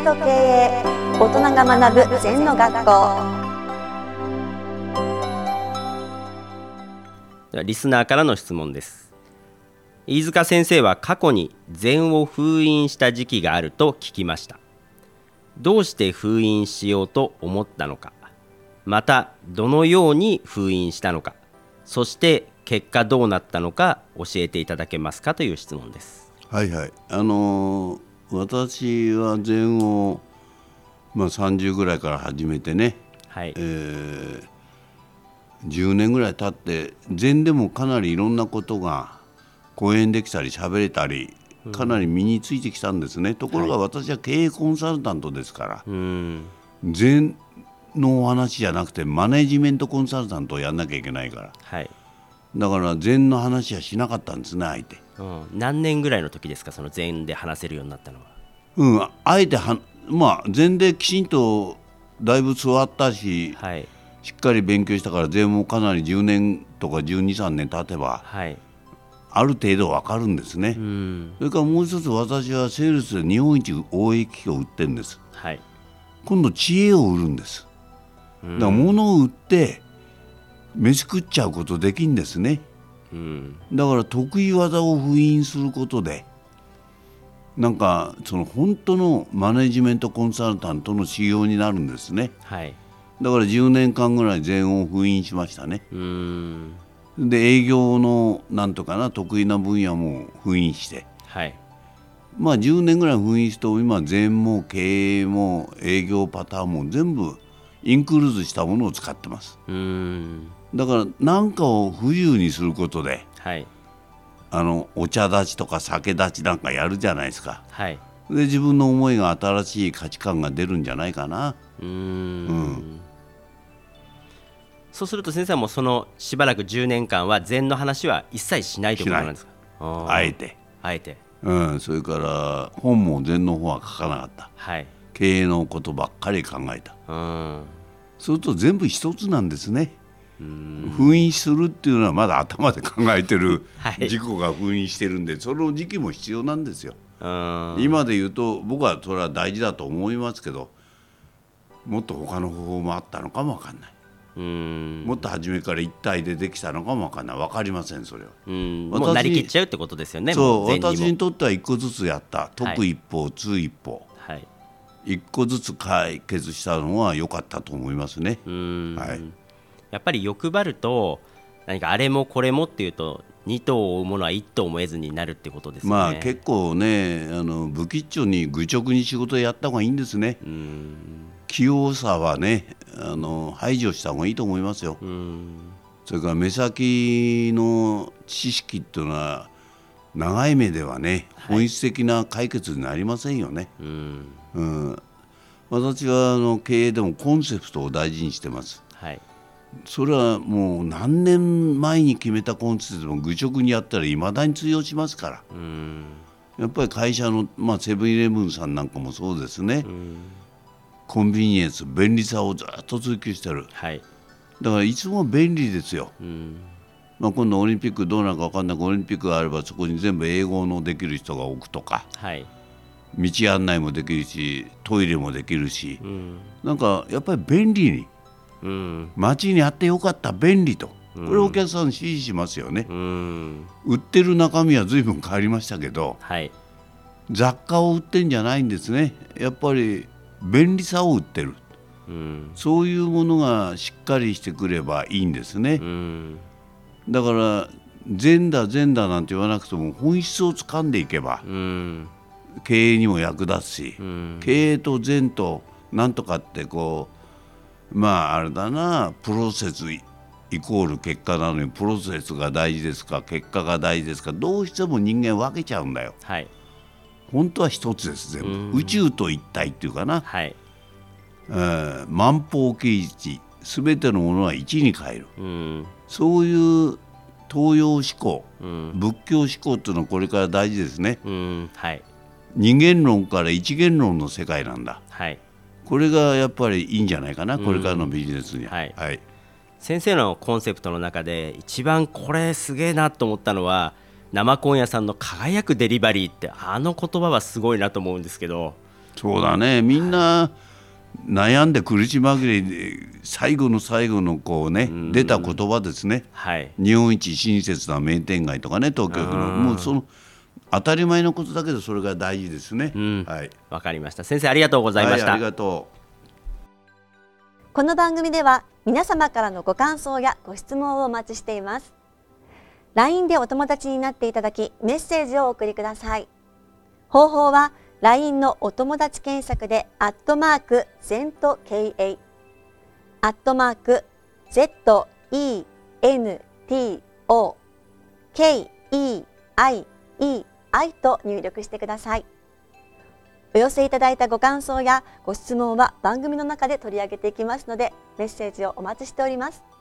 と経営、大人が学ぶ禅の学校。 ではリスナーからの質問です。飯塚先生は過去に禅を封印した時期があると聞きました。どうして封印しようと思ったのか、またどのように封印したのか、そして結果どうなったのか教えていただけますかという質問です。 はいはい、私は禅を、30ぐらいから始めてね、 はい、 10年ぐらい経って禅でもかなりいろんなことが講演できたり喋れたりかなり身についてきたんですね。ところが私は経営コンサルタントですから、禅のお話じゃなくてマネジメントコンサルタントをやんなきゃいけないから、 はい、 だから禅の話はしなかったんですね、あえて。 何年ぐらいの時ですか、その禅で話せるようになったのは。 あえて禅できちんとだいぶ座ったし、 はい、 しっかり勉強したから禅もかなり10年とか12、3年経てば、 はい、 ある程度わかるんですね。それからもう一つ、私はセールスで日本一大益機を売ってるんです。 はい、 今度知恵を売るんです。だから物を売って飯食っちゃうことできんですね。だから得意技を封印することで、なんかその本当のマネジメントコンサルタントの修行になるんですね。 はい、 だから10年間ぐらい禅を封印しましたね。で営業のなんとかな得意な分野も封印して、 はい、 10年ぐらい封印すると今禅も経営も営業パターンも全部インクルーズしたものを使ってます。だから何かを不自由にすることで、 はい、 お茶立ちとか酒立ちなんかやるじゃないですか。 はい、 で自分の思いが新しい価値観が出るんじゃないかな。 そうすると先生はもうそのしばらく10年間は禅の話は一切しないということなんですか。 あえて、それから本も禅の方は書かなかった、はい、経営のことばっかり考えた。そうすると全部一つなんですね。封印するっていうのはまだ頭で考えてる自己が封印してるんで、その時期も必要なんですよ。今で言うと僕はそれは大事だと思いますけど、もっと他の方法もあったのかも分かんない。もっと初めから一体でできたのかも分かんない。分かりません、それは。 もうなりきっちゃうってことですよね。 そう、私にとっては一個ずつやった。得一歩通一歩、一個ずつ解決したのは良かったと思いますね。 やっぱり欲張ると何かあれもこれもっていうと2頭を追うものは1頭も得ずになるってことですよね。 結構ね、不吉祥に愚直に仕事やった方がいいんですね。器用さはね、排除した方がいいと思いますよ。それから目先の知識っていうのは長い目ではね、本質的な解決になりませんよね。私は経営でもコンセプトを大事にしてます。それはもう何年前に決めたコンセプトも愚直にやったらいまだに通用しますから。やっぱり会社の、セブンイレブンさんなんかもそうですね。コンビニエンス、便利さをずっと追求してる。だからいつも便利ですよ。今度オリンピックどうなるか分かんないけど、オリンピックがあればそこに全部英語のできる人が置くとか、道案内もできるしトイレもできるし、なんかやっぱり便利に、街にあってよかった、便利と、これお客さん支持しますよね。売ってる中身は随分変わりましたけど、雑貨を売ってんじゃないんですね。やっぱり便利さを売ってる、そういうものがしっかりしてくればいいんですね。だから善だなんて言わなくても本質をつかんでいけば、経営にも役立つし、経営と善となんとかってあれだな、プロセスイコール結果なのに、プロセスが大事ですか結果が大事ですか、どうしても人間分けちゃうんだよ。本当は一つです、全部。宇宙と一体っていうかな、万法計一、すべてのものは一に変える、そういう東洋思考、仏教思考っていうのはこれから大事ですね。二元論から一元論の世界なんだ。これがやっぱりいいんじゃないかな、これからのビジネスには。 先生のコンセプトの中で一番これすげえなと思ったのは、生コン屋さんの輝くデリバリーって、あの言葉はすごいなと思うんですけど。 そうだね、みんな悩んで苦し紛れで最後の最後のこうね、出た言葉ですね、 はい、 日本一親切な名店街とかね、東京のもうその当たり前のことだけどそれが大事ですね。はい、 わかりました。先生ありがとうございました。 はい、ありがとう。 この番組では皆様からのご感想やご質問をお待ちしています。 LINE でお友達になっていただきメッセージをお送りください。方法は LINE のお友達検索で@ZENTKEI@ZENTOKEIEI と入力してください。お寄せいただいたご感想やご質問は番組の中で取り上げていきますので、メッセージをお待ちしております。